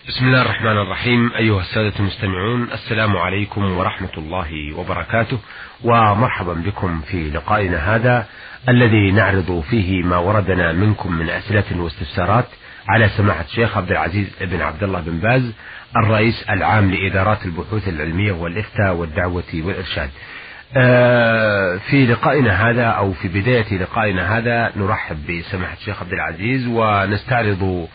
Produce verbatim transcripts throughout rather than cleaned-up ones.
بسم الله الرحمن الرحيم. أيها السادة المستمعون، السلام عليكم ورحمة الله وبركاته، ومرحبا بكم في لقائنا هذا الذي نعرض فيه ما وردنا منكم من أسئلة واستفسارات على سماحة الشيخ عبد العزيز بن عبد الله بن باز، الرئيس العام لإدارات البحوث العلمية والإفتاء والدعوة والإرشاد. في لقائنا هذا أو في بداية لقائنا هذا نرحب بسماحة الشيخ عبد العزيز ونستعرض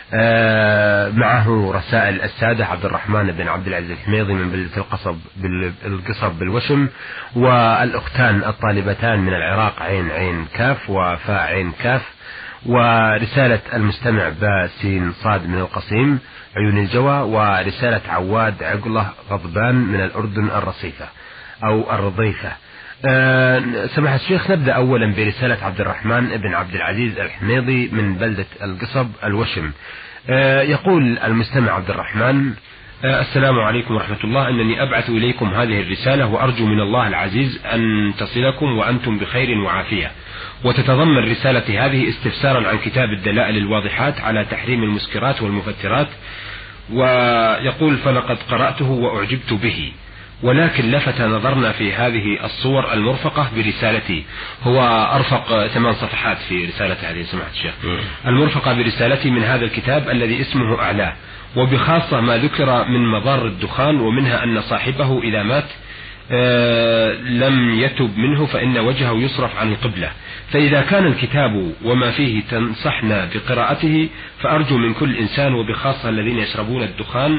معه رسائل السادة عبد الرحمن بن عبد العزيز الحميضي من بلدة القصب بالقصب بالوشم، والأختان الطالبتان من العراق عين عين كاف وفاء عين كاف، ورسالة المستمع باسين صاد من القصيم عيون الجوى، ورسالة عواد عقله غضبان من الأردن الرصيفة أو الرضيفة. أه سماحة الشيخ، نبدأ أولا برسالة عبد الرحمن بن عبد العزيز الحميضي من بلدة القصب الوشم. أه يقول المستمع عبد الرحمن: أه السلام عليكم ورحمة الله، أنني أبعث إليكم هذه الرسالة وأرجو من الله العزيز أن تصلكم وأنتم بخير وعافية. وتتضمن رسالة هذه استفسارا عن كتاب الدلائل الواضحات على تحريم المسكرات والمفترات. ويقول: فلقد قرأته وأعجبت به، ولكن لفت نظرنا في هذه الصور المرفقة برسالتي. هو أرفق ثمان صفحات في رسالة هذه سماحة الشيخ، المرفقة برسالتي من هذا الكتاب الذي اسمه أعلاه، وبخاصة ما ذكر من مضار الدخان، ومنها أن صاحبه إذا مات آه لم يتب منه فإن وجهه يصرف عن القبلة. فإذا كان الكتاب وما فيه تنصحنا بقراءته، فأرجو من كل إنسان وبخاصة الذين يشربون الدخان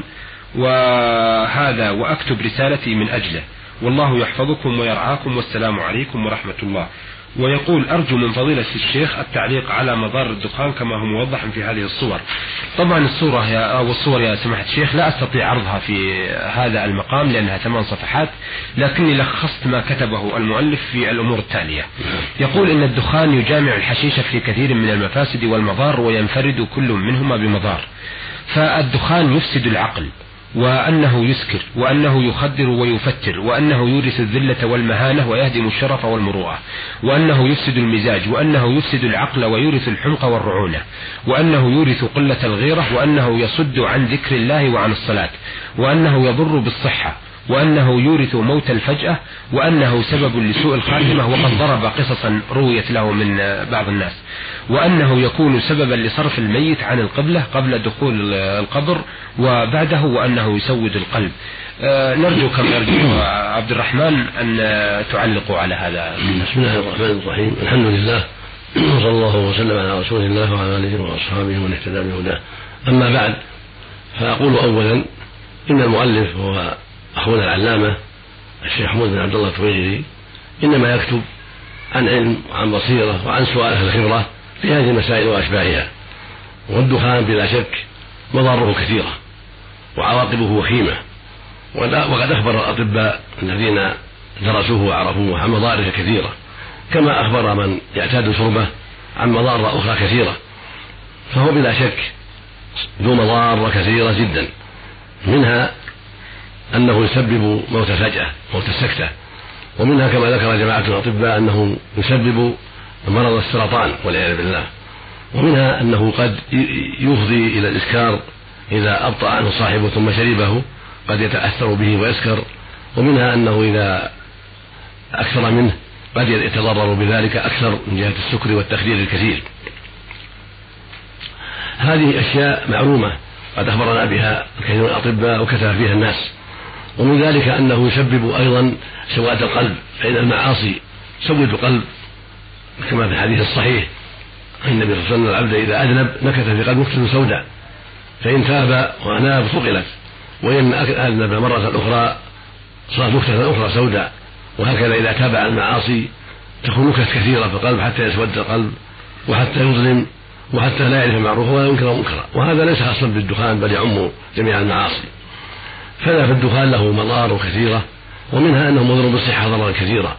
وهذا وأكتب رسالتي من أجله، والله يحفظكم ويرعاكم، والسلام عليكم ورحمة الله. ويقول: أرجو من فضيلة الشيخ التعليق على مضار الدخان كما هو موضح في هذه الصور. طبعا الصورة يا أو الصور يا سماحة الشيخ لا أستطيع عرضها في هذا المقام لأنها ثمان صفحات، لكني لخصت ما كتبه المؤلف في الأمور التالية. يقول إن الدخان يجامع الحشيش في كثير من المفاسد والمضار، وينفرد كل منهما بمضار. فالدخان يفسد العقل، وأنه يسكر، وأنه يخدر ويفتر، وأنه يورث الذلة والمهانة ويهدم الشرف والمروءة، وأنه يفسد المزاج، وأنه يفسد العقل ويورث الحمق والرعونة، وأنه يورث قلة الغيرة، وأنه يصد عن ذكر الله وعن الصلاة، وأنه يضر بالصحة، وأنه يورث موت الفجأة، وأنه سبب لسوء الخاتمة، وقد ضرب قصصا رويت له من بعض الناس، وأنه يكون سببا لصرف الميت عن القبلة قبل دخول القبر وبعده، وأنه يسود القلب. أه نرجو كما يرجو عبد الرحمن أن تعلقوا على هذا. بسم الله الرحمن الرحيم، الحمد لله، وصلى الله وسلم على رسول الله وعلى آله وأصحابه ومن اهتدى بهداه. أما بعد، فأقول أولا إن المؤلف هو أخونا العلامة الشيخ حمود بن عبد الله التويجري إنما يكتب عن علم وعن بصيرة وعن سؤال أهل الخبرة في هذه المسائل وأشباهها. والدخان بلا شك مضاره كثيرة وعواقبه وخيمة، وقد أخبر الأطباء الذين درسوه وعرفوه عن مضاره كثيرة، كما أخبر من يعتاد شربه عن مضار أخرى كثيرة. فهو بلا شك ذو مضار كثيرة جدا، منها أنه يسبب موت فجأة، موت السكتة، ومنها كما ذكر جماعة الأطباء أنه يسبب مرض السرطان والعياذ بالله، ومنها أنه قد يفضي إلى الإسكار إذا أبطأ عنه صاحبه ثم شربه، قد يتأثر به ويسكر، ومنها أنه إذا أكثر منه قد يتضرر بذلك أكثر من جهة السكر والتخدير الكثير. هذه أشياء معلومة قد أخبرنا بها كثير من الأطباء وكتب فيها الناس. ومن ذلك أنه يسبب أيضا سواد القلب، فإن المعاصي تسود القلب كما في الحديث الصحيح عن النبي صلى الله عليه وسلم: العبد إذا أذنب نكث في قلبه نكتة سوداء، فإن تاب وأناب صقلت، وإن أذنب مرة أخرى صارت نكتة أخرى سوداء. وهكذا إذا تاب عن المعاصي تكون نكت كثيرة في القلب حتى يسود القلب وحتى يظلم وحتى لا يعرف معروفا ولا ينكر منكرا. وهذا ليس خاصا بالدخان بل يعم جميع المعاصي. فلا في الدخان له مضار كثيرة، ومنها أنه مضر بالصحة ضررا كثيرا،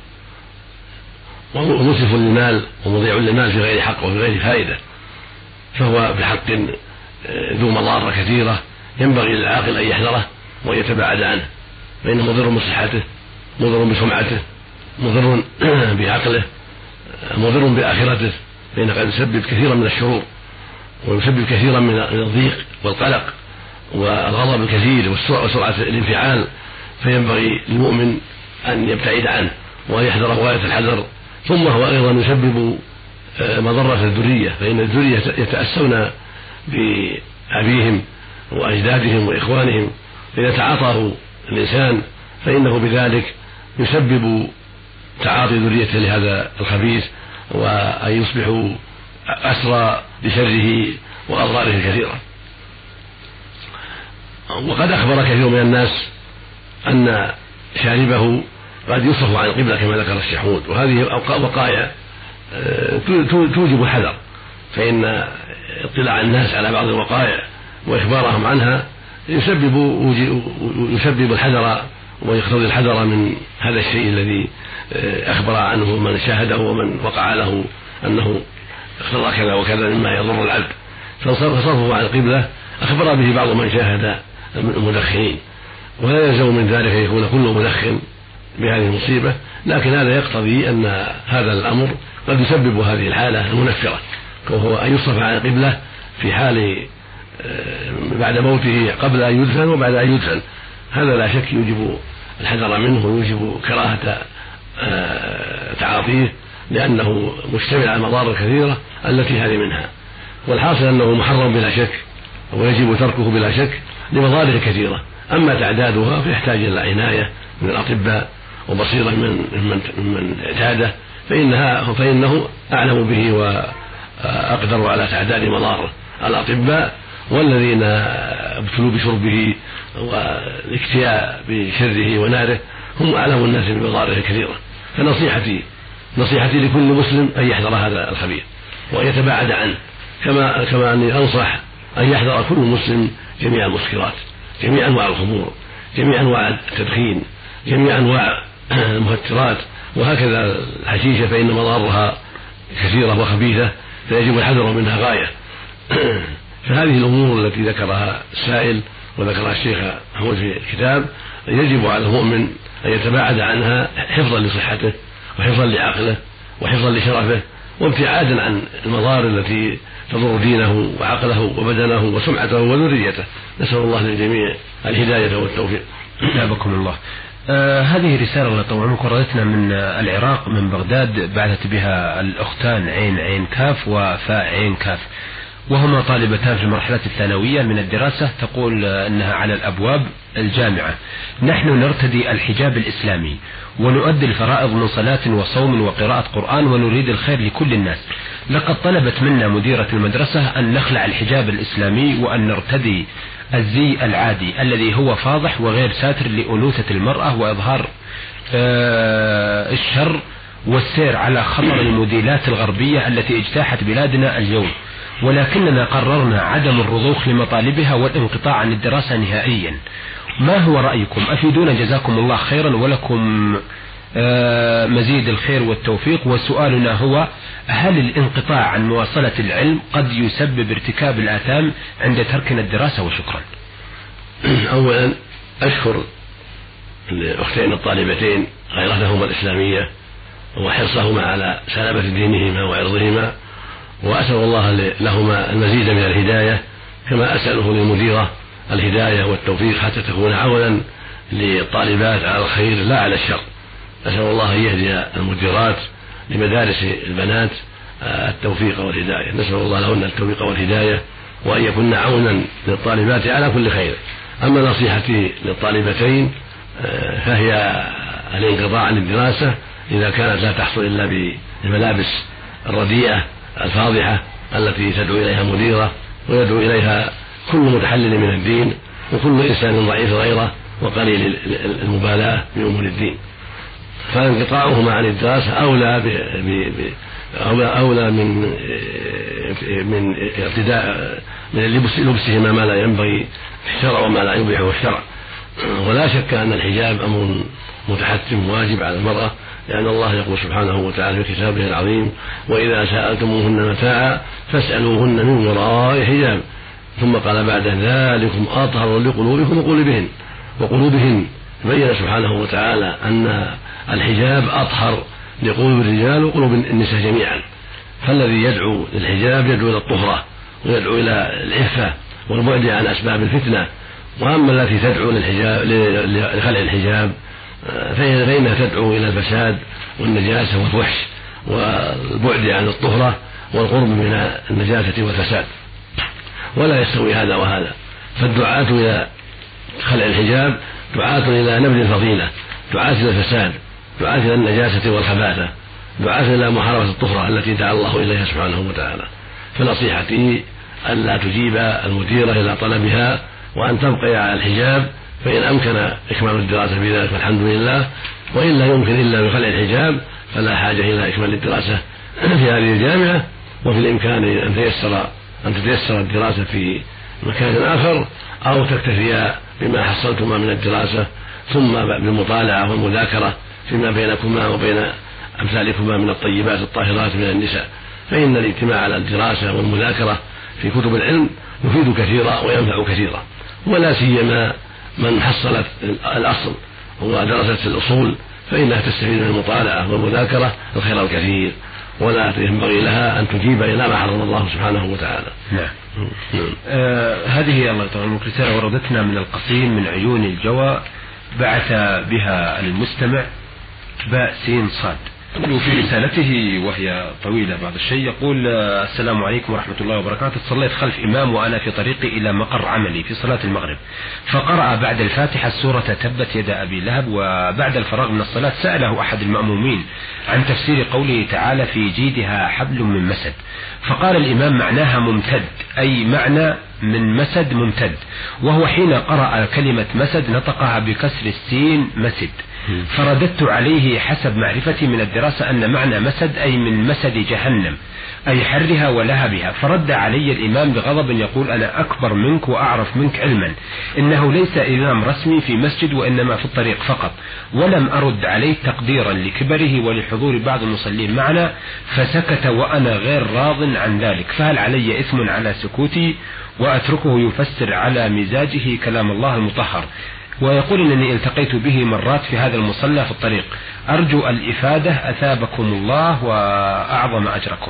ومسرف للمال ومضيع للمال في غير حق وفي غير فائدة. فهو بحق ذو مضار كثيرة ينبغي للعاقل أن يحذره وأن يتباعد عنه، فإنه مضر بصحته، مضر بسمعته، مضر بعقله، مضر بآخرته، فإنه قد يسبب كثيرا من الشرور ويسبب كثيرا من الضيق والقلق والغضب الكثير وسرعة الانفعال، فينبغي للمؤمن أن يبتعد عنه وأن يحذر غاية الحذر. ثم هو أيضا يسبب مضرة الذرية، فإن الذرية يتأسون بأبيهم وأجدادهم وإخوانهم، فإذا تعاطاه الإنسان فإنه بذلك يسبب تعاطي ذريته لهذا الخبيث، وأن يصبحوا أسرى لشره وأضراره الكثيرة. وقد أخبر كثير من الناس أن شاربه قد يصرف عن القبلة كما ذكر الشحود، وهذه وقائع توجب الحذر، فإن اطلاع الناس على بعض الوقائع وإخبارهم عنها يسبب يسبب الحذر ويقتضي الحذر من هذا الشيء الذي أخبر عنه من شاهده ومن وقع له أنه اقتضى كذا وكذا مما يضر العبد، فصرفه عن القبلة أخبر به بعض من شاهد المدخنين. ولا يلزم من ذلك أن يكون كل مدخن بهذه المصيبة، لكن هذا يقتضي أن هذا الأمر قد يسبب هذه الحالة المنفرة، وهو أن يصرف عن القبلة في حال بعد موته قبل أن يدفن وبعد أن يدفن. هذا لا شك يوجب الحذر منه ويوجب كراهة تعاطيه، لأنه مشتمل على المضار الكثيرة التي هذه منها. والحاصل أنه محرم بلا شك ويجب تركه بلا شك لمضاره كثيرة، أما تعدادها فيحتاج إلى عناية من الأطباء وبصيرة من من, من اعتاده، فإنها فإنه أعلم به وأقدر على تعداد مضاره الأطباء، والذين ابتلوا بشربه والاكتياء بشره وناره هم أعلم الناس بمضاره الكثيرة. فنصيحتي نصيحتي لكل مسلم أن يحذر هذا الخبيث وأن يتباعد عنه، كما كما أني أنصح أن يحذر كل مسلم جميع المسكرات، جميع أنواع الخمور، جميع أنواع التدخين، جميع أنواع المهترات، وهكذا الحشيشة فإن مضارها كثيرة وخبيثة فيجب الحذر منها غاية. فهذه الأمور التي ذكرها السائل وذكرها الشيخ محمود في الكتاب يجب على المؤمن أن يتباعد عنها حفظا لصحته وحفظا لعقله وحفظا لشرفه، وابتعادا عن المضار التي تضر دينه وعقله وبدنه وسمعته وذريته. نسأل الله للجميع الهداية والتوفيق. أجابكم الله. آه هذه رسالة الله طبعا وردتنا من العراق من بغداد، بعثت بها الأختان عين عين كاف وفاء عين كاف، وهما طالبتان في المرحلة الثانوية من الدراسة. تقول أنها على الأبواب الجامعة: نحن نرتدي الحجاب الإسلامي ونؤدي الفرائض من صلاة وصوم وقراءة قرآن ونريد الخير لكل الناس. لقد طلبت منا مديرة المدرسة أن نخلع الحجاب الإسلامي وأن نرتدي الزي العادي الذي هو فاضح وغير ساتر لأنوثة المرأة وإظهار آه الشر والسير على خطر الموديلات الغربية التي اجتاحت بلادنا اليوم، ولكننا قررنا عدم الرضوخ لمطالبها والانقطاع عن الدراسة نهائيا. ما هو رأيكم؟ أفيدونا جزاكم الله خيرا ولكم مزيد الخير والتوفيق. وسؤالنا هو: هل الانقطاع عن مواصلة العلم قد يسبب ارتكاب الآثام عند تركنا الدراسة؟ وشكرا. أولا أشكر الأختين الطالبتين غيرتهما الإسلامية وحرصهما على سلامة دينهما وعرضهما، وأسأل الله لهما المزيد من الهداية، كما أسأله للمديرة الهداية والتوفيق حتى تكون عونا للطالبات على الخير لا على الشر. أسأل الله أن يهدي المديرات لمدارس البنات التوفيق والهداية، نسأل الله لهن التوفيق والهداية وأن يكون عونا للطالبات على كل خير. أما نصيحتي للطالبتين فهي الانقطاع عن الدراسة إذا كانت لا تحصل إلا بالملابس الرديئة الفاضحة التي تدعو إليها مديرة ويدعو إليها كل متحلل من الدين وكل إنسان ضعيف غيره وقليل المبالاة بأمور الدين. فانقطاعهما عن الدراسة أولى ب... ب... ب... أولى من من ارتداء من لبس لبسهما ما لا ينبغي في الشرع وما لا يبيحه الشرع. ولا شك أن الحجاب أمر متحتم واجب على المرأة، لأن الله يقول سبحانه وتعالى في كتابه العظيم: وإذا سألتموهن متاعا فاسألوهن من وراء حجاب. ثم قال بعد ذلكم أطهر لقلوبكم وقلوبهن وقلوبهن. بين سبحانه وتعالى أن الحجاب أطهر لقلوب الرجال وقلوب النساء جميعا، فالذي يدعو للحجاب يدعو إلى الطهرة ويدعو إلى العفة والبعد عن أسباب الفتنة. وأما التي تدعو للحجاب لخلع الحجاب فإنها تدعو إلى الفساد والنجاسة والفحش والبعد عن الطهرة والقرب من النجاسة والفساد، ولا يستوي هذا وهذا. فالدعاة إلى خلع الحجاب دعاة إلى نبذ الفضيلة، دعاة إلى الفساد، دعاة إلى النجاسة والخباثة، دعاة إلى محاربة الطهرة التي دعا الله إليها سبحانه وتعالى. فنصيحتي ألا تجيب المديرة إلى طلبها وأن تبقي على الحجاب، فإن أمكن إكمال الدراسة في ذلك فالحمد لله، وإن لا يمكن إلا بخلع الحجاب فلا حاجة إلى إكمال الدراسة في هذه الجامعة، وفي الإمكان أن تيسر أن تتيسر الدراسة في مكان آخر، أو تكتفي بما حصلتما من الدراسة ثم بالمطالعة والمذاكرة فيما بينكما وبين أمثالكما من الطيبات الطاهرات من النساء. فإن الاجتماع على الدراسة والمذاكرة في كتب العلم يفيد كثيرا وينفع كثيرا، ولا سيما من حصلت الأصل ودرست الأصول فإنها تستفيد من المطالعة والمذاكرة الخير الكثير، ولا ينبغي لها أن تجيب إلى ما حرم الله سبحانه وتعالى. نعم. نعم. آه هذه الله تعالى رسالة وردتنا من القصيم من عيون الجوى، بعث بها المستمع باء سين صاد. في رسالته وهي طويلة بعض الشيء يقول: السلام عليكم ورحمة الله وبركاته. صليت خلف إمام وأنا في طريقي إلى مقر عملي في صلاة المغرب، فقرأ بعد الفاتحة سورة تبت يد أبي لهب، وبعد الفراغ من الصلاة سأله أحد المأمومين عن تفسير قوله تعالى في جيدها حبل من مسد، فقال الإمام معناها ممتد، أي معنى من مسد ممتد، وهو حين قرأ كلمة مسد نطقها بكسر السين مسد، فرددت عليه حسب معرفتي من الدراسة أن معنى مسد أي من مسد جهنم أي حرها ولهبها، فرد علي الإمام بغضب يقول: أنا أكبر منك وأعرف منك علما، إنه ليس إمام رسمي في مسجد وإنما في الطريق فقط. ولم أرد عليه تقديرا لكبره ولحضور بعض المصلين معنا، فسكت وأنا غير راض عن ذلك، فهل علي إثم على سكوتي وأتركه يفسر على مزاجه كلام الله المطهر؟ ويقول إنني التقيت به مرات في هذا المصلى في الطريق، أرجو الإفادة أثابكم الله وأعظم أجركم.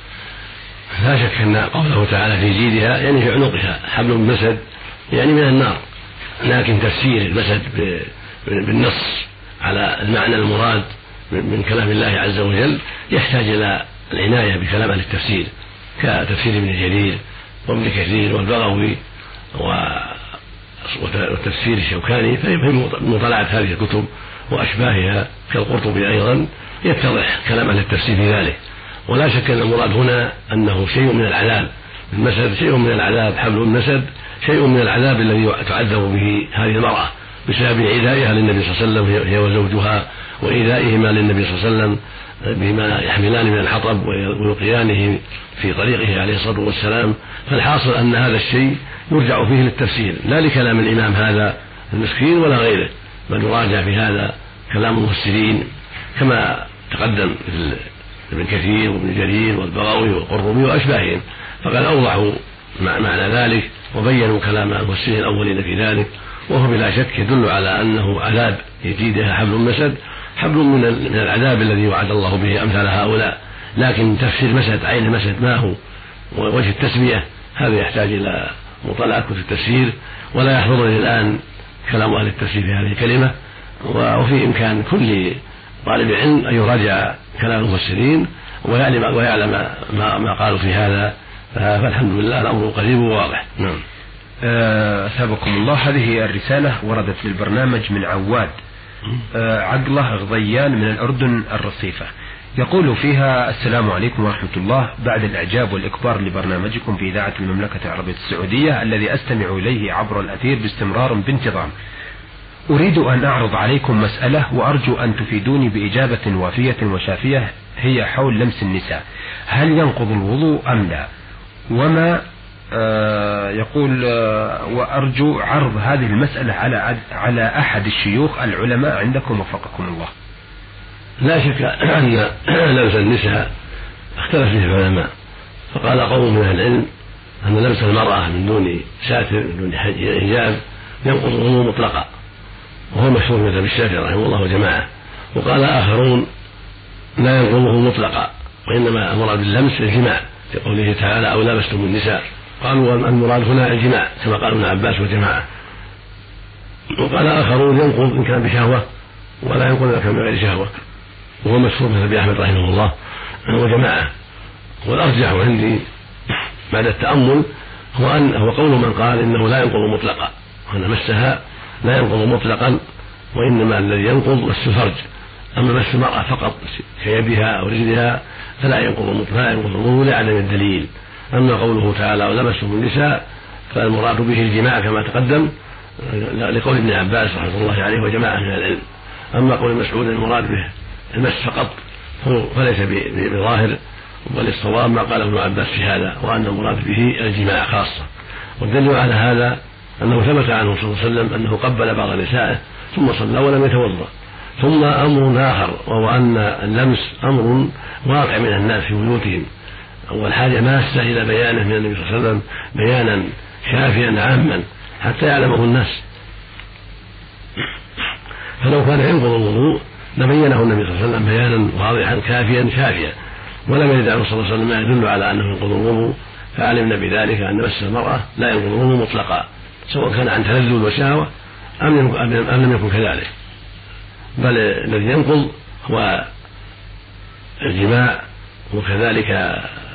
لا شك أن قوله تعالى في جيدها يعني في عنقها حبل من مسد يعني من النار، لكن تفسير المسد بالنص على المعنى المراد من كلام الله عز وجل يحتاج إلى العناية بكلام أهل التفسير كتفسير ابن جرير وابن كثير والبغوي وتفسير الشوكاني. فمطالعة هذه الكتب وأشباهها كالقرطبي أيضا يتضح كلام أهل التفسير في ذلك. ولا شك أن المراد هنا أنه شيء من العذاب، المسد شيء من العذاب، حبل المسد شيء من العذاب الذي تعذب به هذه المرأة بسبب عدائها للنبي صلى الله عليه وسلم هي وزوجها، وإيذائهما للنبي صلى الله عليه وسلم بما يحملان من الحطب ويلقيانه في طريقه عليه الصلاة والسلام. فالحاصل أن هذا الشيء يرجع فيه للتفسير لا لكلام الإمام هذا المسكين ولا غيره، بل يراجع في هذا كلام المفسرين كما تقدم ابن كثير وابن جرير والبغوي والقرطبي وأشباههم، فقد أوضحوا معنى ذلك وبينوا كلام المفسرين الأولين في ذلك، وهو بلا شك يدل على أنه عذاب يجيدها حبل مسد، حبل من العذاب الذي وعد الله به أمثال هؤلاء. لكن تفسير مسد عين مسد ما هو ووجه التسمية هذا يحتاج إلى مطالعة كتب التفسير، ولا يحضرني الآن كلام أهل التفسير في هذه الكلمة. وفي إمكان كل طالب علم أن يراجع كلام المفسرين ويعلم, ويعلم ما, ما قالوا في هذا، فالحمد لله الأمر قريب وواضح. نعم. أثابكم الله. هذه الرسالة وردت للبرنامج من عواد عقله غضيان من الأردن الرصيفة، يقول فيها: السلام عليكم ورحمة الله، بعد الإعجاب والإكبار لبرنامجكم في إذاعة المملكة العربية السعودية الذي أستمع إليه عبر الأثير باستمرار بانتظام، أريد أن أعرض عليكم مسألة وأرجو أن تفيدوني بإجابة وافية وشافية، هي حول لمس النساء، هل ينقض الوضوء أم لا؟ وما آه يقول آه وأرجو عرض هذه المسألة على على أحد الشيوخ العلماء عندكم وفقكم الله. لا شك أن لمس النساء اختلف فيه العلماء، فقال قوم من أهل العلم أن لمس المرأة من دون ساتر من دون حجاب ينقض الوضوء مطلقا، وهو مشهور من مذهب الشافعي رحمه الله وجماعة. وقال آخرون لا ينقضه مطلقا، وإنما أمر باللمس الجماع في قوله تعالى: أو لمستم النساء، قالوا المراد هنا الجماع كما قال ابن عباس وجماعة. وقال آخرون ينقض إن كان بشهوة ولا ينقض إذا كان بغير شهوة، وهو مشهور مثل أبي أحمد رحمه الله هو جماعة. والأرجح عندي بعد التأمل هو أن هو قول من قال إنه لا ينقض مطلقا، وأن مسها لا ينقض مطلقا، وإنما الذي ينقض مس الفرج، أما مس المرأة فقط كيدها أو رجلها فلا ينقض لا ينقض الوضوء لعدم الدليل. أما قوله تعالى ولمسه النساء فالمراد به الجماع كما تقدم لقول ابن عباس رحمه الله عليه وجماعة من العلم. أما قول مسعود المراد به المس فقط فليس بظاهر، وللصواب ما قال ابن عباس في هذا، وأن المراد به الجماع خاصة. والدليل على هذا أنه ثبت عنه صلى الله عليه وسلم أنه قبل بعض نسائه ثم صلى ولم يتوضأ. ثم أمر آخر وهو أن اللمس أمر واقع من الناس في بيوتهم، والحاجة ماسة إلى بيانه من النبي صلى الله عليه وسلم بيانا شافيا عاما حتى يعلمه الناس. فلو كان ينقض الوضوء لبينه النبي صلى الله عليه وسلم بيانا واضحا كافيا شافيا، ولم يرد عنه صلى الله عليه وسلم ما يدل على أنه ينقض الوضوء، فعلمنا بذلك أن مس المرأة لا ينقض الوضوء مطلقا، سواء كان عن تلذذ وشهوة أم لم يكن كذلك، بل الذي ينقض هو الجماع وكذلك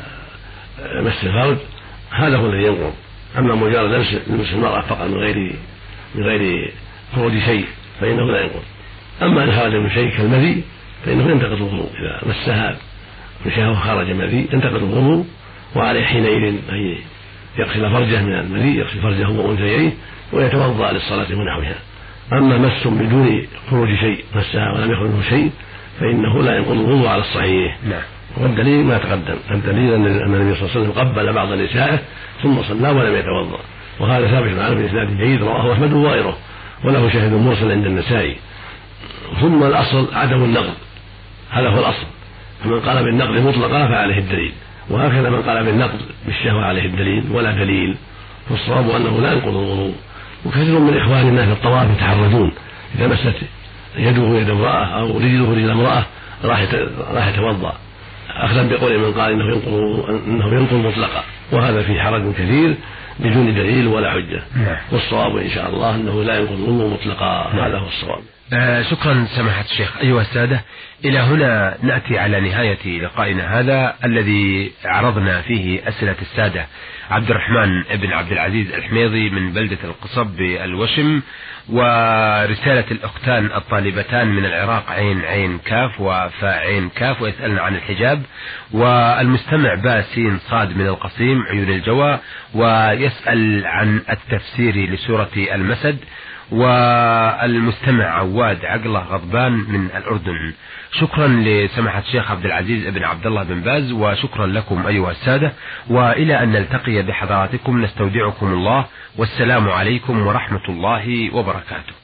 مس الفرج، هذا هو الذي ينقض. أما مجرد لمس المرأة فقط من غير من غير خروج شيء فإنه لا ينقض. أما إن خرج من شيء كالمذي فإنه ينتقض الوضوء، إذا مسها بشهوة خرج مذي ينتقض الوضوء، وعليه حينئذ أن يغسل فرجه من المذي، يغسل فرجه وأنثييه ويتوضأ للصلاة ونحوها. أما مس بدون خروج شيء مسها ولم يخرج منه شيء فإنه لا ينقض الوضوء على الصحيح. نعم. والدليل ما تقدم، الدليل أن النبي صلى الله عليه وسلم قبل بعض نسائه ثم صلى ولم يتوضأ، وهذا ثابت عنه بإسناد جيد رواه أحمد وغيره، وله شاهد مرسل عند النسائي. ثم الأصل عدم النقض، هذا هو الأصل، فمن قال بالنقض مطلقا فعليه الدليل، وهكذا من قال بالنقض بالشهوة عليه الدليل ولا دليل. فالصواب أنه لا ينقض الوضوء. وكثير من إخواننا في الطواف يتحرجون إذا مست يده يد امرأة أو رجله رجل امرأة راح يتوضأ، أخذا بقول من قال إنه ينقض إنه ينقض مطلقا، وهذا في حرج كثير بدون دليل ولا حجة. والصواب إن شاء الله أنه لا ينقض الوضوء مطلقا، هذا هو الصواب. آه شكرا سماحة الشيخ. أيها السادة، إلى هنا نأتي على نهاية لقائنا هذا الذي عرضنا فيه أسئلة السادة عبد الرحمن بن عبد العزيز الحميضي من بلدة القصب بالوشم، ورسالة الأختان الطالبتان من العراق عين عين كاف وفاء عين كاف ويسألن عن الحجاب، والمستمع باسين صاد من القصيم عيون الجوى ويسأل عن التفسير لسورة المسد، والمستمع عواد عقله غضبان من الأردن. شكرا لسماحة الشيخ عبد العزيز بن عبد الله بن باز، وشكرا لكم أيها السادة، وإلى أن نلتقي بحضراتكم نستودعكم الله، والسلام عليكم ورحمة الله وبركاته.